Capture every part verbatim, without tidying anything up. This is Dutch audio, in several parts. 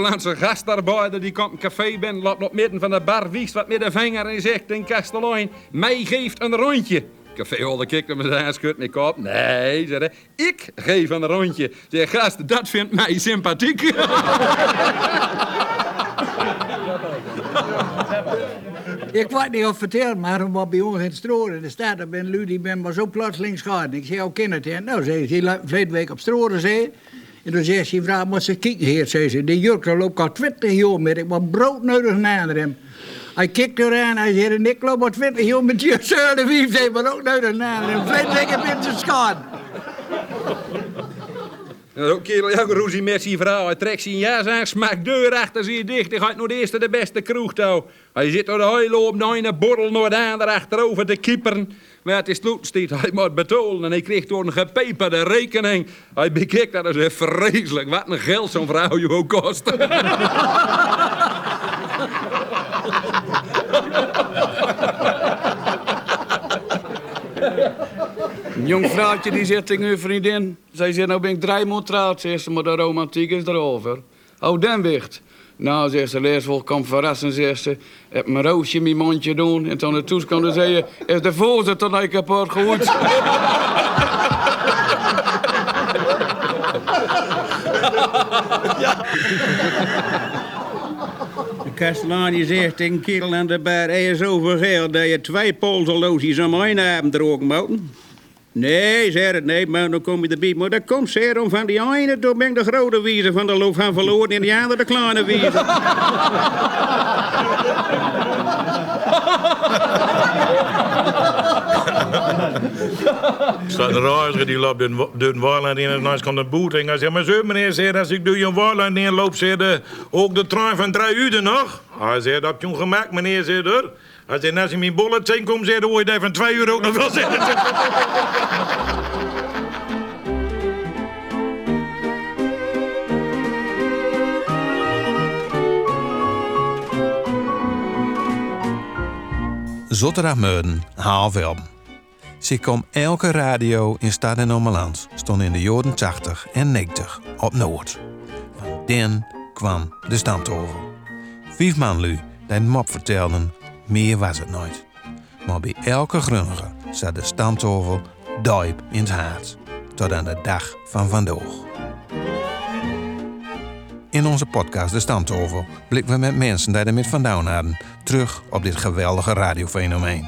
Nederlandse gastarbeider die komt een café binnen, loopt op midden van de bar, wiest wat met de vinger en zegt in Kastelein, mij geeft een rondje. Caféholder kijkt hem eens aan, schudt mijn kop. Nee, zei hij, ik geef een rondje. Zeg, gast, dat vindt mij sympathiek. Ik weet niet of vertellen, maar wat bij ons in het Stroren, de staat, daar ben Lu, die ben maar zo plotseling schaden. Ik zei, hoe kan het? Nou, zei ze, die verleden week op Stroren, zei. En toen zei ze, vrouw, moet ze kijken, heer, zei ze. Die jurk, daar loopt al twintig jaar met, ik was broodnodig naar hem. Hij kijkt eraan, hij zei, en ik loop al twintig jaar met je zuiden wief, zei, maar ook nodig naar hem. Verleden week heb je ze schaden. Nou, kerel, ja, roezie met zijn vrouw. Hij trekt zijn jas aan, smaakt deur achter zich dicht. Hij gaat naar de eerste de beste kroeg toe. Hij zit door de huil op, naar een borrel, naar de ander achterover te kieperen. Maar het is sloetstiet, hij moet betolen en hij kreeg door een gepeperde rekening. Hij bekijkt dat als even vreselijk. Wat een geld zo'n vrouw je ook kost. Een jong vrouwtje die zit tegen uw vriendin. Zij zegt, nou ben ik drie maanden trouwd, zegt ze, maar de romantiek is erover. Hou den wicht. Nou, zegt ze, lees wel, kom verrassen, zegt ze. Heb mijn roosje in mijn mondje doen. En toen het toes kwam, dan zei je, is de voorzitter nou kapot goed? Ja. De kastelaan die zegt tegen kerel aan de bar, hij is zoveel geld dat je twee polsoloties om een avond drogen moet. Nee, zei het, nee, maar dan kom je erbij. Maar dat komt zeer om van die ene, toen ben ik de grote wiezer van de loop van verloren en die andere de kleine wiezer. Staat een reiziger die loopt door een waarland in en dan komt een boete. En hij zegt, maar zo meneer, zegt, als ik door je waarland in loop, zegt hij, ook de trein van drie uur nog? Hij zegt, dat heb je gemaakt, meneer, zegt hij. Hij zegt, als je mijn bollet zien komt, zegt hij, hoor je daar van twee uur ook nog wel zitten. Zotterdag-Meuden, half elf. Ze kwam elke radio in Stad en Ommeland stond in de jaren tachtig en negentig op Noord. Van den kwam de stamtafel. Vijf man lui die een mop vertelden, meer was het nooit. Maar bij elke grunnige zat de stamtafel diep in het hart. Tot aan de dag van vandaag. In onze podcast De Stamtafel blikken we met mensen die er met vandaan hadden terug op dit geweldige radiofenomeen.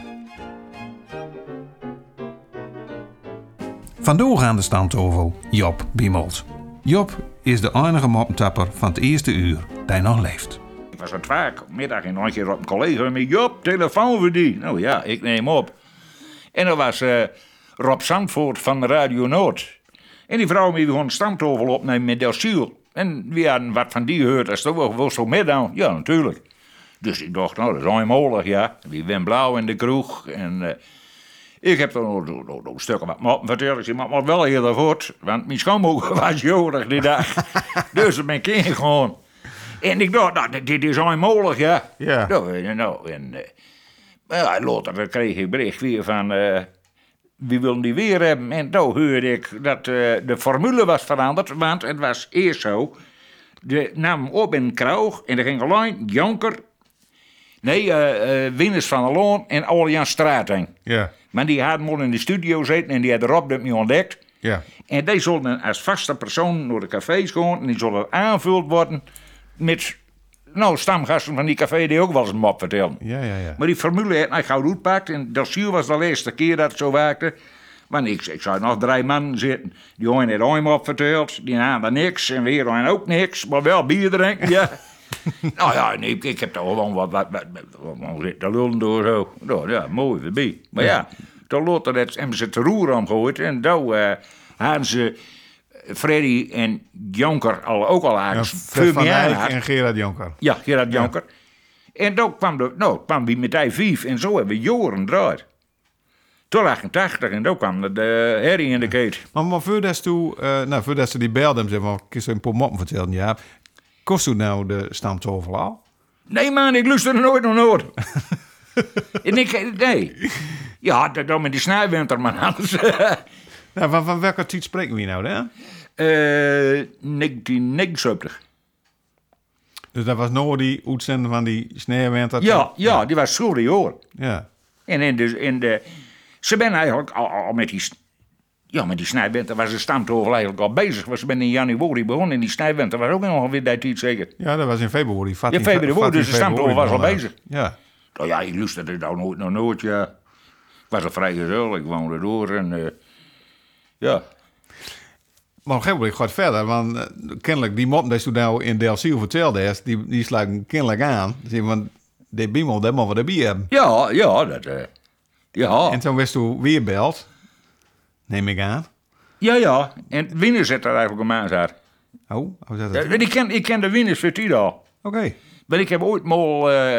Vandaag aan de Stamtafel Job Biemelt. Job is de enige moppentapper van het eerste uur die nog leeft. Ik was wat vaak middag en nog een keer op een collega met Job, telefoon voor die. Nou ja, ik neem op. En dat was uh, Rob Zandvoort van Radio Noord. En die vrouw die gewoon een stamtafel opnemen met Delciel. En wie hadden wat van die gehoord, als toch wel zo met dan? Ja, natuurlijk. Dus ik dacht, nou, dat is eenmalig, ja. Wie ben blauw in de kroeg. En uh, ik heb dan nog, nog, nog stukken wat moppen verteld. Ik zei, maar wel heel voort. Want mijn schoonmoeder was jorig die dag. Dus dat ben ik ingegaan. En ik dacht, nou, dit is eenmalig, ja. Ja. Nou, nou en uh, ja, later kreeg ik bericht weer van... Uh, wie wilden die weer hebben? En toen hoorde ik dat uh, de formule was veranderd. Want het was eerst zo. De nam op in een kroeg. En er ging alleen Jonker. Nee, uh, uh, Winners van der Loon en Aljan Strating. Ja. Maar die hadden al in de studio zitten. En die hadden Rob dat niet ontdekt. Ja. En die zullen als vaste persoon naar de cafés gaan. En die zullen aanvuld worden met... Nou, stamgasten van die café die ook wel eens een mop vertellen. Ja, ja, ja. Maar die formule had hij gauw uitpakt. En Delciel was de laatste keer dat het zo werkte. Want ik, ik zou nog drie mannen zitten. Die een had een mop verteld. Die hadden niks. En weer een ook niks. Maar wel bier drinken, ja. Nou ja, nee, ik heb toch gewoon wat... wat, wat, wat, wat te lullen door zo. Nou ja, mooi, voorbij. Maar ja, ja toen later dat, hebben ze te roer omgegooid. En toen uh, hadden ze... Freddy en Jonker al, ook al aardig. Ja, Fred van Dijk en Gerard Jonker. Ja, Gerard Jonker. Ja. En toen kwam, de, nou, kwam wie met die vijf en zo hebben we jaren draait. Toen achtentachtig en toen kwam de, de herrie in de keet. Maar, maar voordat ze, uh, nou, voordat ze die belden en zeggen, ik kan een paar moppen vertellen, ja. Kost u nou de stamtafel al? Nee man, ik luister er nooit naar nooit. En ik, nee. Ja, dan met die snijwinter man anders. Nou, van, van welke tijd spreken we nou, hè? Uh, negentien negenenzeventig. Dus dat was nooit die uitzending van die sneeuwwinter? Ja, ja, die was sorry hoor. Ja. En in de, in de, ze ben eigenlijk al, al met die, ja, met die snijwinter was de stamtafel eigenlijk al bezig. Want ze ben in januari begonnen en die snijwinter was ook nog weer die tijd zeker. Ja, dat was in februari. Ja, februari, dus de stamtafel was al bezig. Ja. Nou ja, ik luisterde daar nooit naar nooit, ja. Ik was al vrij gezellig, ik woonde door en uh, ja. Maar op een gegeven moment gaat het verder, want uh, kennelijk die mop die je nou in Delziel vertelde heeft, die, die sluiten kennelijk aan. Dus, want die biemel, dat mogen we erbij hebben. Ja, ja, dat, uh, ja. En toen wist je weer belt, neem ik aan. Ja, ja, en winnen zit er eigenlijk een maand uit. Oh, hoe zat Ja, dat? ik, ken, ik ken de winners voor die al. Oké. Okay. Maar ik heb ooit mal uh,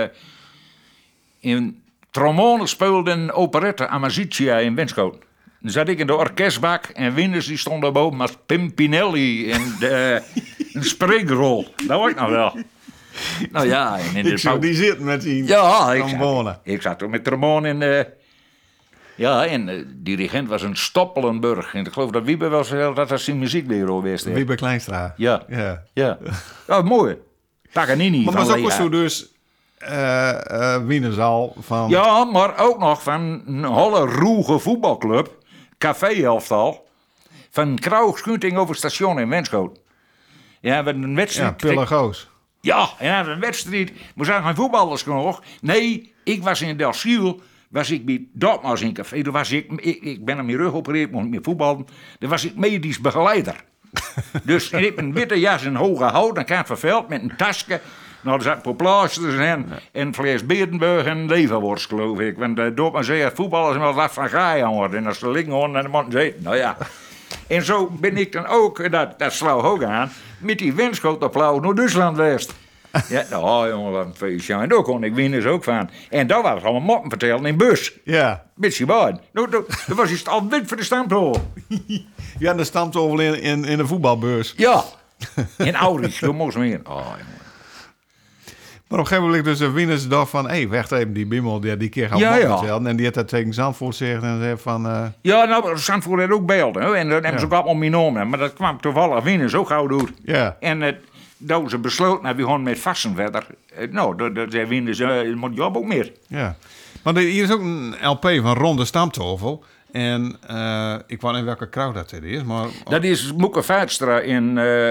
in trombone speelde een operette Amazicia in Winschoten. Dan zat ik in de orkestbak en winners die stonden boven als Pimpinelli in de een spreekrol. Dat was ik nog wel. Nou ja, en in de Ik zou die zitten met die ja, ik trombone. zat, ik zat toen met trombone in de... Ja, en de dirigent was een Stoppelenburg. En ik geloof dat Wiebe wel zei dat dat zijn muziekleraar was. Wiebe Kleinstra. Ja. Ja. Ja. Ja, mooi. Paganini Maar van was ook wel Lea. zo dus uh, uh, winners van... Ja, maar ook nog van een holle roege voetbalclub. Café-elftal. Van Krauwschuting over het station in Winschoten. Ja, we een Ja, wedstrijd... Pillegoos. Ja, en een wedstrijd. We zijn geen voetballers genoeg. Nee, ik was in Delziel. Was ik bij Dortmund in café. Toen was ik, ik, ik ben aan mijn rug geopereerd, mocht niet meer voetballen. Toen was ik medisch begeleider. Dus ik heb een witte jas en hoge hout. Dan kan het verveld met een tasje. Nou, er zat poplaasters en en vlees Berenburg en leverworst, geloof ik. Want uh, Dortmund zei, voetballers wel last van graaien worden. En als ze liggen horen, dan moeten ze eten. Nou ja. En zo ben ik dan ook, dat, dat slauw ook aan, met die windschotenapplaus naar Duitsland West. Ja, nou jongen, wat een feestje. En daar kon ik winners ook van. En daar was allemaal moppen vertellen in bus. Ja. Beetje baan. Nou, toen was je al wit voor de stamtafel. Ja, de stamtafel in, in, in de voetbalbeurs. Ja. In Aurich, daar moest meer. Oh, jongen. Maar op een gegeven moment dus de winners dacht van... hé, hey, wacht even, die bimmel die, die keer gaan Ja, ja, ja. vertellen. En die had dat tegen Zandvoort gezegd en zei van... Uh, Ja, nou, Zandvoort had ook beelden. Hè? En dat hebben ze ook allemaal menomen. Maar dat kwam toevallig winnen zo gauw door. ja. En uh, toen ze besloten, nou, we gaan met vasten verder. Uh, nou, dat, dat zei winnen ze, uh, moet job ook meer. Ja. Maar er- hier is ook een L P van Ronde Stamtafel. En uh, ik weet niet welke crowd dat dit is, maar Dat is Moeke Vaatstra in uh,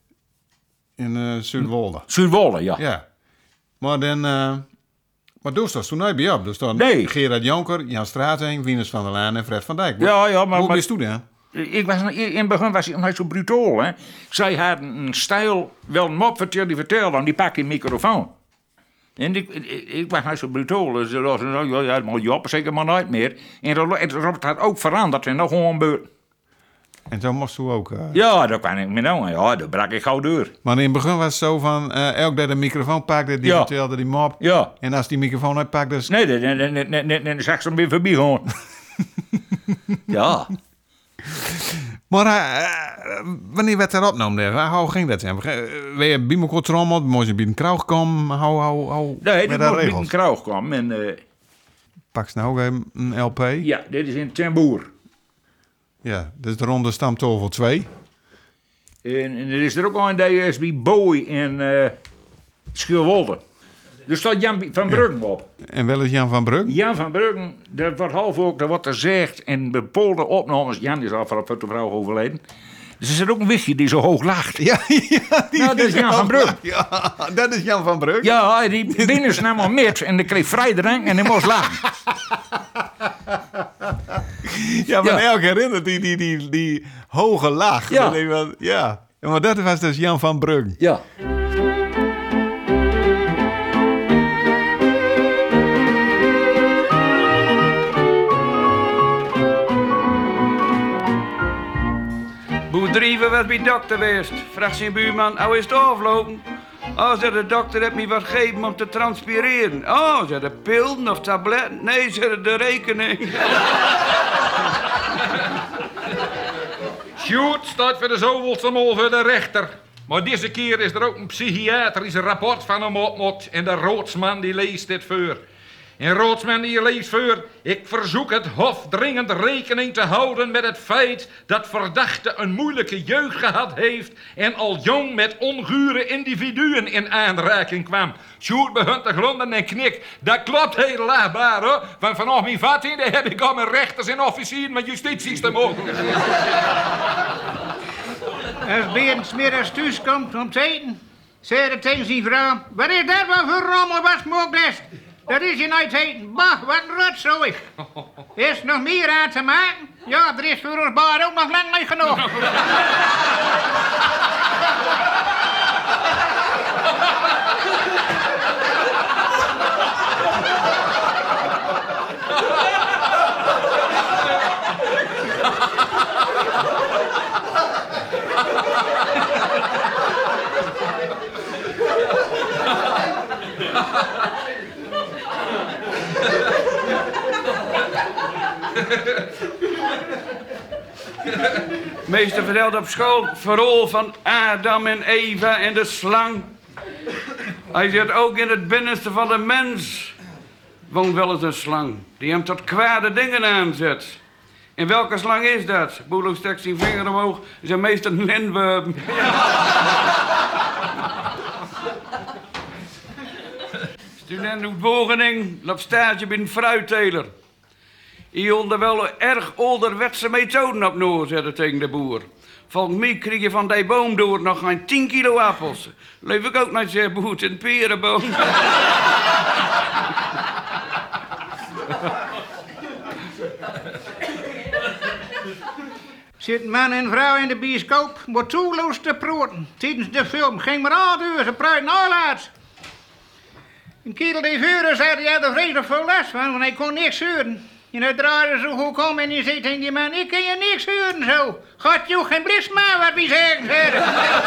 in uh, Zuidwolde. Zuidwolle, ja. Ja. Maar dan... Uh, maar doe dat toen nooit bij op. Dus dan Nee. Gerard Jonker, Jan Straatheen, Wieners van der Laan en Fred van Dijk. Ja, ja, maar- Hoe maar- bist u dan? Ik was, in het begin was ik nog niet zo brutaal, hè. Zij had een stijl, wel een mop vertelde, die vertelde, en die pakte een microfoon. En ik, ik, ik was niet zo brutaal, dus dat was, nou, ja, ja, maar Job zeker maar nooit meer. En dat- en dat had ook veranderd en nog gewoon beurt. En zo moest u ook... Uh, Ja, dat kwam ik me nou, ja, dat brak ik gauw door. Maar in het begin was het zo van... Uh, elk dat een microfoon pakte, die Ja. vertelde die mop. Ja. En als die microfoon uitpakte... Dus... Nee, dan- dan- dan- dan- dan- dan zag ze hem weer voorbij gewoon. Ja. Maar uh, wanneer werd dat opgenomen? Hoe ging dat? Ben je bij elkaar trommeld? Moest je bij een krauw komen? Hoe, hoe, hoe Nee, werd die dat moest met een regeld? krauw kwam. En uh, Pak ze nou ook even een L P. ja, dit is in Temboer. Ja, dit is de Ronde Stamtafel twee. En, en er is er ook al een D S B Boy in uh, Schilwolde. Er staat Jan van Bruggen op. En wel eens Jan van Brugge. Jan van Bruggen, dat wordt half ook, dat wordt er gezegd. En bepaalde opnames, Jan is al van de vrouw overleden. Dus er zit ook een wichtje die zo hoog lacht. Ja, ja, die Nou, dat is Jan van Brugge. Ja, dat is Jan van Brugge. Ja, die binnen ze namelijk met en die kreeg vrij drank en die moest lachen. Ja, maar Ja. elk herinnert die, die, die, die hoge lach. Ja. Dan denk ik van, ja. Maar dat was dus Jan van Brugge. Ja. Boerdrieven was bij dokter geweest. Vraagt zijn buurman, hoe is het afgelopen? Oh, zei de dokter heeft me wat gegeven om te transpireren. Oh, zei de pillen of tabletten? Nee, zei de rekening. Sjoerd staat voor de zoveelste mol voor de rechter. Maar deze keer is er ook een psychiatrisch rapport van hem opgemaakt en de roodsman die leest dit voor. En raadsman hier leest voor: ik verzoek het Hof dringend rekening te houden met het feit dat verdachte een moeilijke jeugd gehad heeft en al jong met ongure individuen in aanraking kwam. Sjoerd begint te gronden en knik. Dat klopt heel laagbaar, hoor. Van vanaf mijn veertiende heb ik al mijn rechters en officieren met justitie te mogen. Als Berend 's middags thuis komt om te eten, zei hij tegen zijn vrouw: wat is dat wel voor rommel, wat smokt dat? Dat is je nooit eten. Bah, wat een rotzooi. Is er nog meer aan te maken? Ja, er is voor ons baar ook nog lang niet genoeg. Meester vertelde op school het verhaal van Adam en Eva en de slang. Hij zegt ook in het binnenste van de mens woont wel eens een slang die hem tot kwade dingen aanzet. En welke slang is dat? Boelo steekt zijn vinger omhoog, zijn meester een lindworm. Student doet Wageningen, loopt stage bij een fruitteler. Je onder wel erg ouderwetse methoden op noord, zei hij tegen de boer. Volgens mij krijg je van die boom door nog geen tien kilo appels. Leef ik ook niet zeer boet in perenboom. Zit man en vrouw in de bioscoop, wordt toeloos te proten. Tijdens de film ging maar al uur, ze pruiten al uit. Een kerel die vuren zei hij had er vreselijk veel last van, want hij kon niks huren. En hij draaide zo goed om en hij zei tegen die man: ik kan je niks huren zo. Gaat je geen blis maar wat we zeggen verder.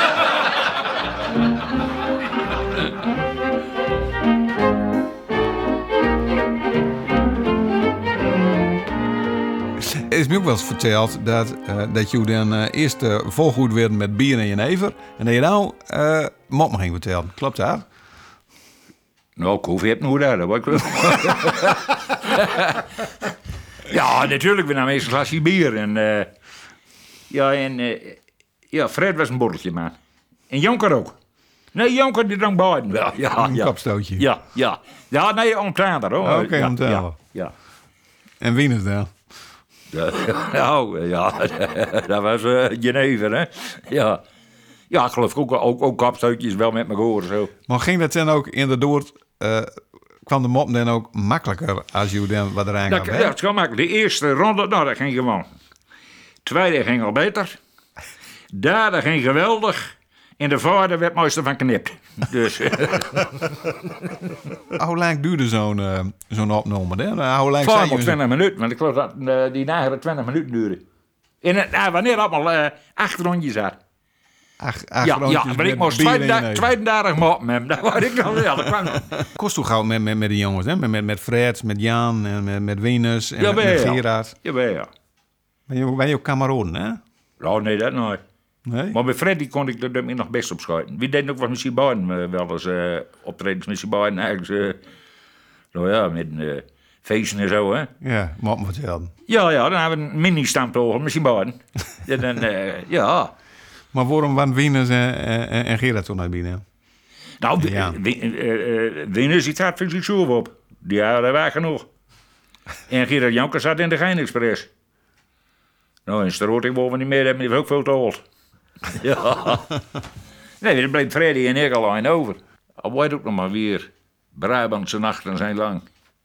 Er is me ook wel eens verteld dat, uh, dat je dan uh, eerst uh, volgoed werd met bier en jenever. En dat je nou uh, mop me ging vertellen. Klopt dat? Nou, ik hoef je het nog daar, dat word ik wel. Ja, natuurlijk, we namen eerst een glasje bier. En, uh, ja, en uh, ja, Fred was een borreltje, man. En Jonker ook. Nee, Jonker die drank beiden wel. Ja, Een ja. kapstootje. Ja, ja. Ja, nee, omtraander hoor. Oké, okay, ja, omtraander. Ja, ja. En wie is dat? Ja, nou, ja, dat was uh, Genever, hè. Ja. Ja, ik geloof ook, ook, ook kapstootjes wel met me gehoord zo. Maar ging dat dan ook inderdaad... Uh, kwam de mop dan ook makkelijker als je dan wat eraan Dat, gaf? ja, het kan makkelijk. De eerste ronde, nou, dat ging gewoon. Tweede ging al beter. Derde ging geweldig. En de vader werd meestal van knipt. Dus... Hoe lang duurde zo'n uh, zo'n opname? Hè? Hoe lang Voor twintig minuten, want ik geloof dat uh, die nagere twintig minuten duurde. En uh, nou, wanneer allemaal uh, acht rondjes had. Acht, acht ja, ja, maar ik moest tweeëndertig moppen met hem. Dat was ik dan wel. Kost hoe gauw met, met, met de jongens, hè? Met, met, met Fred, met Jan en met, met Venus en ja, met, met ja. Gerard. Ja, ja. Ben je, ben je ook kameraden, hè? Nou, nee, dat nooit. Nee? Maar bij Freddy kon ik er nog best op schuiten. Wie deed ook wat met zijn beiden uh, wel eens uh, optredens met zijn beiden. Eigenlijk, uh, nou ja, met uh, feesten en zo, hè. Ja, mop me vertellen. Ja, ja, dan hebben we een mini-stamtoren met zijn beiden. En dan, uh, ja... Maar waarom waren Venus en, en, en Gerard toen naar binnen? Nou, ja. Venus die staat voor zichzelf op. Die hadden wij genoeg. En Gerard Jonker zat in de Gein Express. Nou, in Strooting wonen we niet meer, hebben die heeft ook veel te oud. Ja. Nee, dan bleef Freddy en ik alleen over. Al weet ook nog maar weer. Brabantse nachten zijn lang.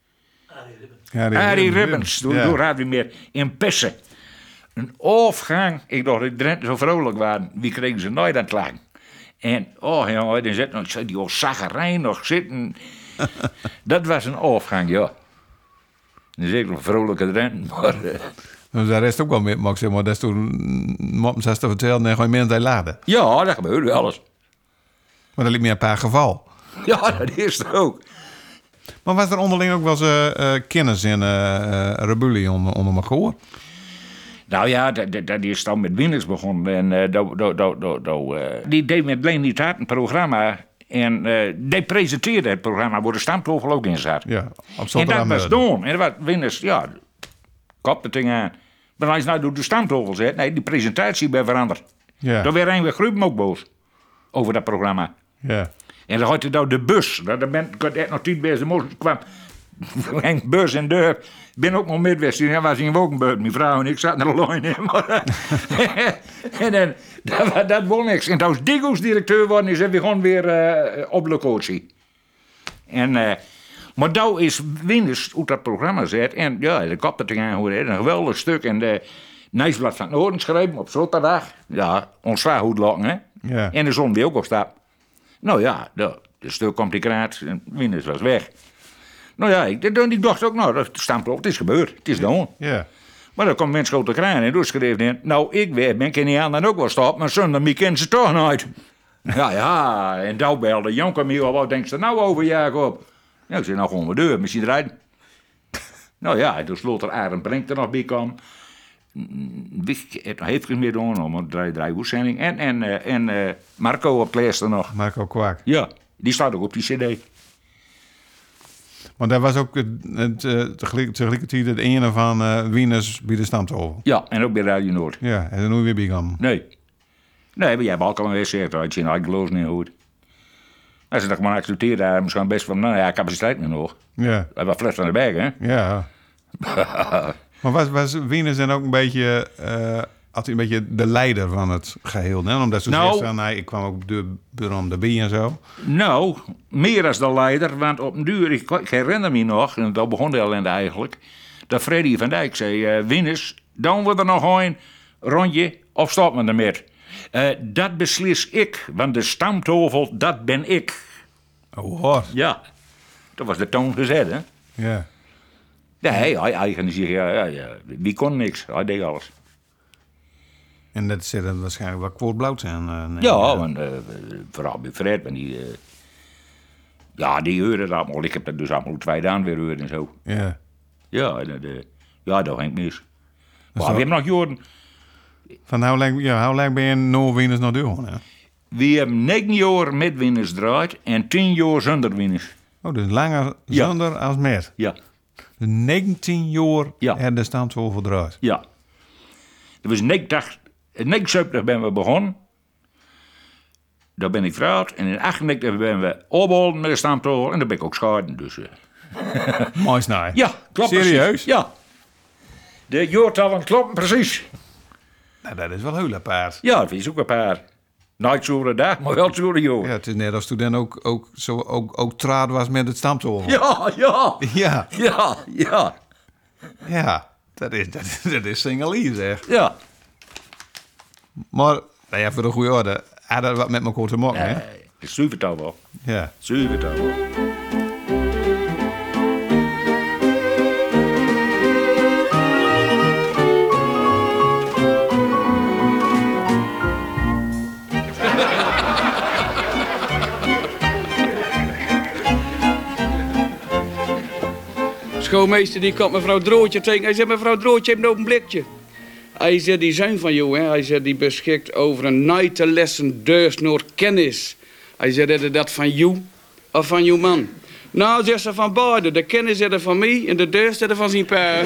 Arie Ribbens, toen ja. hadden we meer in Pessen. Een afgang, ik dacht dat de Drenthe zo vrolijk waren. Wie kregen ze nooit aan het lang? En, oh jongen, dan zit nog die al zagerijn nog zitten. Dat was een afgang, ja. Dan zit ik nog vrolijke Drenthe, maar... Uh... Dus daar is het ook wel mee, maar ik zeg maar, dat is toen moppen zes te vertellen en gewoon mensen die laden. Ja, dat gebeurde wel eens. Maar dat liep me een paar geval. Ja, dat is er ook. Maar was er onderling ook wel eens uh, uh, kennis in uh, uh, rebellie onder, onder me gehoord? Nou ja, dat, dat, dat is dan met Winners begonnen. En uh, do, do, do, do, do, uh, die deed met Leen niet hard een programma En uh, die presenteerde het programma waar de stamtafel ook in zat. Ja, op En dat zondagmiddag. was doen. En dat was Winners, ja, kop het ding aan. Maar als je nou door de stamtafel zet, nee, die presentatie bij veranderd. Ja, Daar werd een Gruben ook boos over dat programma. ja. En dan had je nou de bus. Nou, daar ben ik had echt nog tien best. Er kwam een bus en deur. Ik ben ook nog midwest. En was in Wokenbeurt. Mijn vrouw en ik zaten er alleen in. Maar, en dan, dat, dat won niks. En toen was Diggels directeur geworden. En ze begon weer uh, op locatie. En, uh, maar nou is Winners uit dat programma zet. En ja, de kop dat aan hoorde. Een geweldig stuk. En de Nieuwsblad van het Noorden schreven op zaterdag. Ja, ontslag goed lachen, hè. Ja. En de zon weer ook op stap. Nou ja, de, de stuk komt die kraat en Winners was weg. Nou ja, ik, ik dacht ook, nou, dat stamt op, het is gebeurd, het is gedaan. Ja. Maar dan komt mensen uit de kraan en toen schreef hij, nou, ik weet, ben ik niet aan dan ook wel stop, maar zonder mij kennen ze toch nooit. Ja, ja, en toen belde Jonker me op, wat denk je er nou over, Jacob? Ja, ik zei, nou, gewoon de deur, misschien rijden. Nou ja, en toen sloot er Arend Brink er nog bij kwam. Het heeft meer doen om een drie drie uitzending. En, en, uh, en uh, Marco op Leester nog. Marco Kwak. Ja, die staat ook op die cd. Maar dat was ook het, het, uh, tegelijk- tegelijkertijd het ene van uh, Wieners bij de stamtafel. Ja, en ook bij Radio Noord. Ja, en dan nu weer bijgaan. Nee. Nee, maar jij hebt ook al een wedstrijd. Ik zie nou, ik geloof niet goed. Als ze dat maar accepteren, daar misschien best van, nou ja, capaciteit meer nog. Ja, Dat was fles van de berg, hè? ja. Maar was, was Wieners dan ook een beetje, uh, had hij een beetje de leider van het geheel? Hè? Omdat ze Nou- zegt van, nee, ik kwam ook de bureau de bij en zo. Nou, meer als de leider, want op een duur, ik, ik herinner me nog, en dat begon de ellende eigenlijk, dat Freddy van Dijk zei, uh, Wieners, doen we er nog een rondje of stoppen we ermee? Uh, dat beslis ik, want de stamtafel, dat ben ik. Oh, hoor. Ja, dat was de toon gezet, hè? Ja. Nee, hij eigende zich, ja, ja, ja, wie kon niks, hij deed alles. En dat zit er waarschijnlijk wel kwoordblauw zijn. Uh, nee. Ja, want, uh, vooral bij Fred, want die, uh, ja, die hoorde dat allemaal. Ik heb dat dus allemaal twee dagen weer gehoord en zo. Ja. Ja, en, dat, uh, ja, dat ging mis. Maar zo- we hebben nog jaren, Van hoe lang, ja, hoe lang ben je no Wieners nog door? Hè? we hebben negen jaar met winners draait en tien jaar zonder winners. Oh, dus langer Ja. zonder als met. Ja, negentien jaar Ja. er de stamtafel draait. ja. Dat was negentig, negenenzeventig ben we begonnen. Daar ben ik getrouwd. En in achtennegentig ben we opgeholpen met de stamtafel. En daar ben ik ook scheiden. Dus, uh, Mooi snaai. ja, klopt Serieus? precies. Ja. De jaartallen kloppen precies. Nou, dat is wel heel apart. Ja, dat is ook een paar. Nooit zo'n dag, maar wel zo'n jaar. Ja, het is net als toen dan ook, ook, zo, ook, ook traad was met het stamtafel. Ja, ja, Ja, ja, ja, ja. Dat is, dat, is- dat is singelien, zeg. ja. Maar, nou ja, voor de goede orde, had dat wat met elkaar te maken, hè? Nee, dat zuiver het al wel. Ja. Zuiver het al wel. Schoolmeester die komt mevrouw Drootje tegen. Hij zegt, mevrouw Drootje heeft nog een blikje. Hij zegt, die zijn van jou, hè. Hij zegt, die beschikt over een nijtenlessen deus noord kennis. Hij zegt, is dat van jou of van jouw man? Nou, zegt ze, van beide. De kennis is er van mij en de deus is er van zijn pa.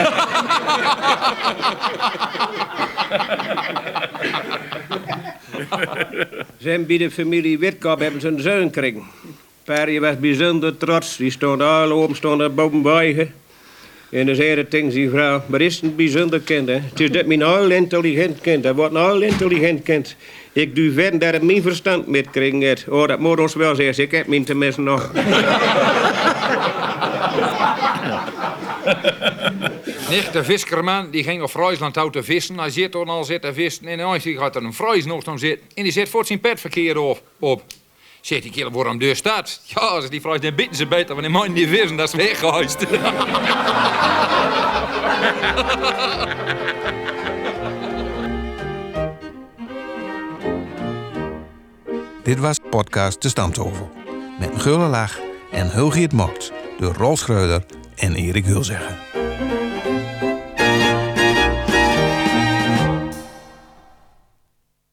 Zijn bij de familie Witkop hebben ze een zoon gekregen. Perje was bijzonder trots. Die stond al open, stond er boven buigen. En dan zei de tegen zijn vrouw, maar is een bijzonder kind, hè? Het is dat mijn heel intelligent kind. Dat wordt een heel intelligent kind. Ik doe verder dat hij mijn verstand met krijgen heeft. Oh, dat moet ons wel zeggen. Ik heb mijn tenminste nog. Nicht, de viskerman die ging op Friesland uit te vissen. Hij zit er al zitten vissen en dan gaat er een Fries nog om zitten. En die zet voor zijn pet verkeerd op. op. Zegt die kerel, waarom deur staat? Ja, zegt die Fries, dan bitten ze beter, want die man die vissen, dat is weggehuist. Dit was podcast De Stamtafel. Met een gulle lach en Hulgiet Mokt door Rol Schreuder en Erik Hulzeggen.